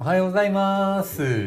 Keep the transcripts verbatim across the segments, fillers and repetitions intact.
おはようございます。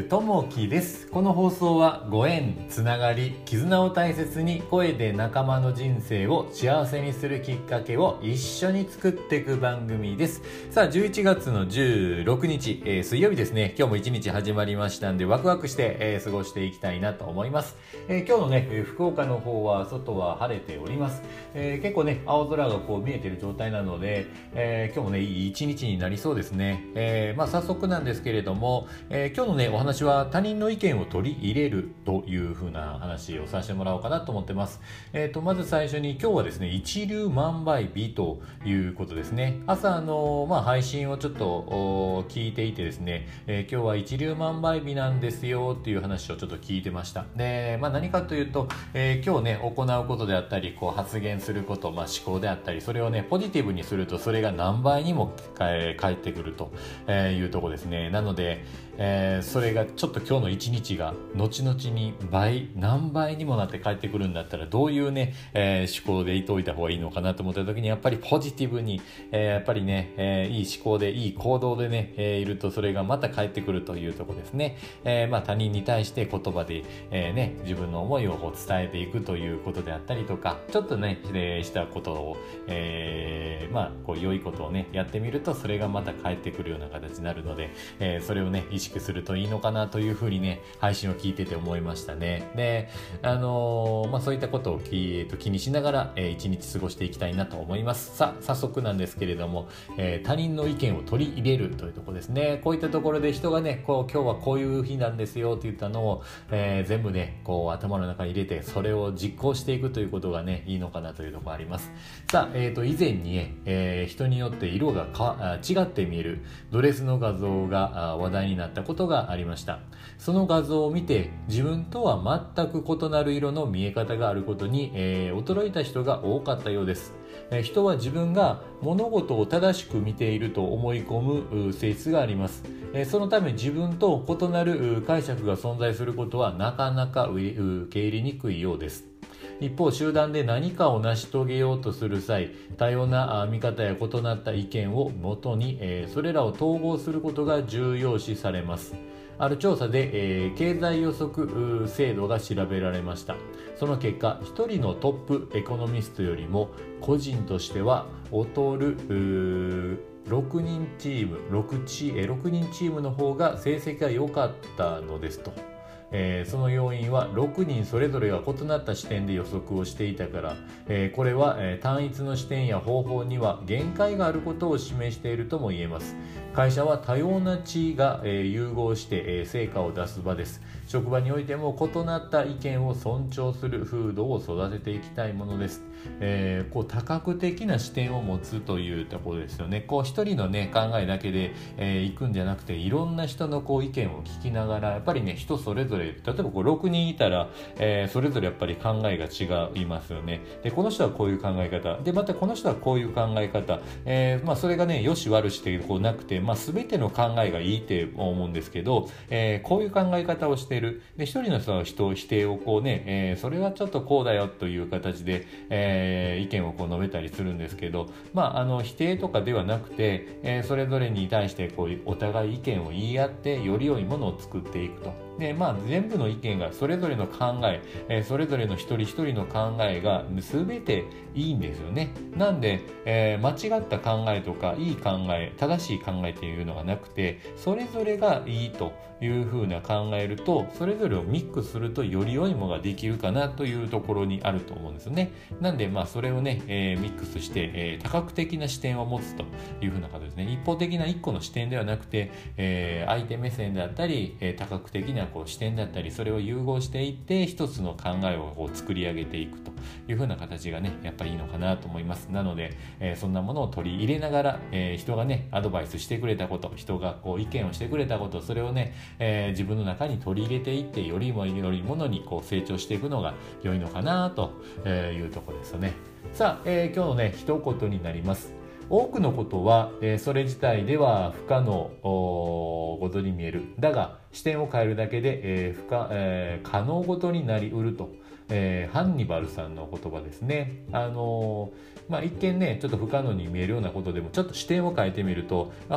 ともきです。この放送はご縁、つながり、絆を大切に声で仲間の人生を幸せにするきっかけを一緒に作っていく番組です。さあ、じゅういちがつのじゅうろくにち、えー、水曜日ですね。今日も一日始まりましたんで、ワクワクして、えー、過ごしていきたいなと思います。えー、今日のね、福岡の方は外は晴れております。えー、結構ね、青空がこう見えている状態なので、えー、今日もね、いい一日になりそうですね。えー、まあ早速なんですけれども、えー、今日のねお話は他人の意見を取り入れるという風な話をさせてもらおうかなと思ってます。えーとまず最初に今日はですね一粒万倍日ということですね。朝あのまあ配信をちょっと聞いていてですね、えー、今日は一粒万倍日なんですよっていう話をちょっと聞いてました。で、まあ何かというと、えー、今日ね行うことであったりこう発言すること、まあ思考であったりそれをねポジティブにするとそれが何倍にも返ってくるというところですね。なので、えー、それがちょっと今日の一日が後々に倍何倍にもなって帰ってくるんだったらどういうね、えー、思考でいといた方がいいのかなと思った時にやっぱりポジティブに、えー、やっぱりね、えー、いい思考でいい行動でね、えー、いるとそれがまた帰ってくるというところですね。えー、まあ他人に対して言葉で、えー、ね自分の思いをこう伝えていくということであったりとかちょっとねしたことを、えー、まあこう良いことをねやってみるとそれがまた帰ってくるような形になるので、えー、それをね意識するといいのかなというふうにね配信を聞いてて思いましたね。で、あのー、まあそういったことを気、えー、と気にしながら、えー、一日過ごしていきたいなと思います。さあ早速なんですけれども、えー、他人の意見を取り入れるというところですね。こういったところで人がねこう今日はこういう日なんですよって言ったのを、えー、全部ねこう頭の中に入れてそれを実行していくということがねいいのかなというところあります。さあ、えー、と以前に、えー、人によって色がか違って見えるドレスの画像が話題になったことがありました。その画像を見て自分とは全く異なる色の見え方があることに、えー、驚いた人が多かったようです。えー、人は自分が物事を正しく見ていると思い込む性質があります。えー、そのため自分と異なる解釈が存在することはなかなか受け入れにくいようです。一方集団で何かを成し遂げようとする際多様な見方や異なった意見をもとに、えー、それらを統合することが重要視されます。ある調査で、えー、経済予測制度が調べられました。その結果一人のトップエコノミストよりも個人としては劣るろくにんチーム 6, チろくにんチームの方が成績が良かったのですと。えー、その要因はろくにんそれぞれが異なった視点で予測をしていたから、えー、これは、えー、単一の視点や方法には限界があることを示しているとも言えます。会社は多様な知が、えー、融合して、えー、成果を出す場です。職場においても異なった意見を尊重する風土を育てていきたいものです。えー、こう多角的な視点を持つというところですよね。こう一人のね考えだけで、えー、いくんじゃなくていろんな人のこう意見を聞きながらやっぱりね人それぞれ例えばこうろくにんいたら、えー、それぞれやっぱり考えが違いますよね。でこの人はこういう考え方でまたこの人はこういう考え方、えーまあ、それがねよし悪しってこうなくて、まあ、全ての考えがいいって思うんですけど、えー、こういう考え方をしているで一人の人は人否定をこうね、えー、それはちょっとこうだよという形で、えー、意見をこう述べたりするんですけど、まあ、あの否定とかではなくて、えー、それぞれに対してこうお互い意見を言い合ってより良いものを作っていくと。でまあ、全部の意見がそれぞれの考ええー、それぞれの一人一人の考えが全ていいんですよね。なんで、えー、間違った考えとかいい考え正しい考えっていうのがなくてそれぞれがいいというふうな考えるとそれぞれをミックスするとより良いものができるかなというところにあると思うんですよね。なんでまあそれをね、えー、ミックスして、えー、多角的な視点を持つというふうな形ですね。一方的な一個の視点ではなくて、えー、相手目線であったり、えー、多角的なこう視点だったりそれを融合していって一つの考えをこう作り上げていくという風な形がねやっぱりいいのかなと思います。なので、えー、そんなものを取り入れながら、えー、人がねアドバイスしてくれたこと人がこう意見をしてくれたことそれをね、えー、自分の中に取り入れていってよりもよりものにこう成長していくのが良いのかなというところですよね。さあ、えー、今日のね一言になります。多くのことは、えー、それ自体では不可能ことに見える。だが視点を変えるだけで、えー不可えー、可能ことになりうると、えー、ハンニバルさんの言葉ですね。あのーまあ、一見ねちょっと不可能に見えるようなことでもちょっと視点を変えてみるとあ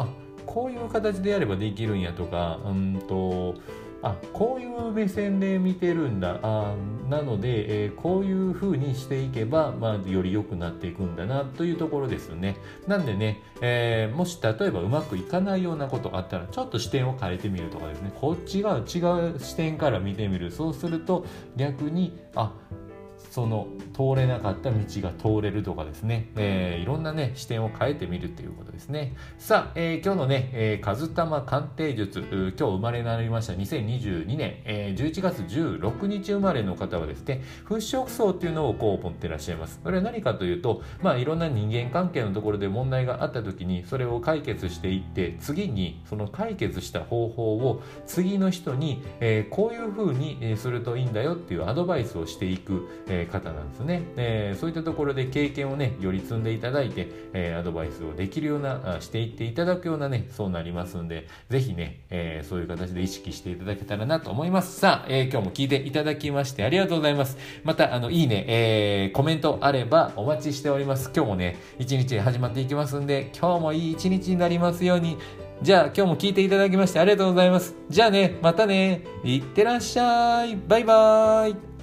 こういう形でやればできるんやとか、うんとあこういう目線で見てるんだ、あなので、えー、こういう風にしていけば、まあ、より良くなっていくんだなというところですよね。なんでね、えー、もし例えばうまくいかないようなことがあったらちょっと視点を変えてみるとかですね、こっちが違う視点から見てみる。そうすると逆にあその通れなかった道が通れるとかですね、えー、いろんなね視点を変えてみるということですね。さあ、えー、今日のね、えー、かずたま鑑定術、今日生まれになりましたにせんにじゅうにねん、えー、じゅういちがつじゅうろくにち生まれの方はですね、払拭層っていうのをこう持ってらっしゃいます。これは何かというと、まあいろんな人間関係のところで問題があった時にそれを解決していって、次にその解決した方法を次の人に、えー、こういう風にするといいんだよっていうアドバイスをしていく、えー方なんですね、えー、そういったところで経験をねより積んでいただいて、えー、アドバイスをできるようなしていっていただくようなねそうなりますんで、ぜひね、えー、そういう形で意識していただけたらなと思います。さあ、えー、今日も聞いていただきましてありがとうございます。またあのいいね、えー、コメントあればお待ちしております。今日もね一日始まっていきますんで、今日もいい一日になりますように。じゃあ今日も聞いていただきましてありがとうございます。じゃあね、またね、いってらっしゃい。バイバーイ。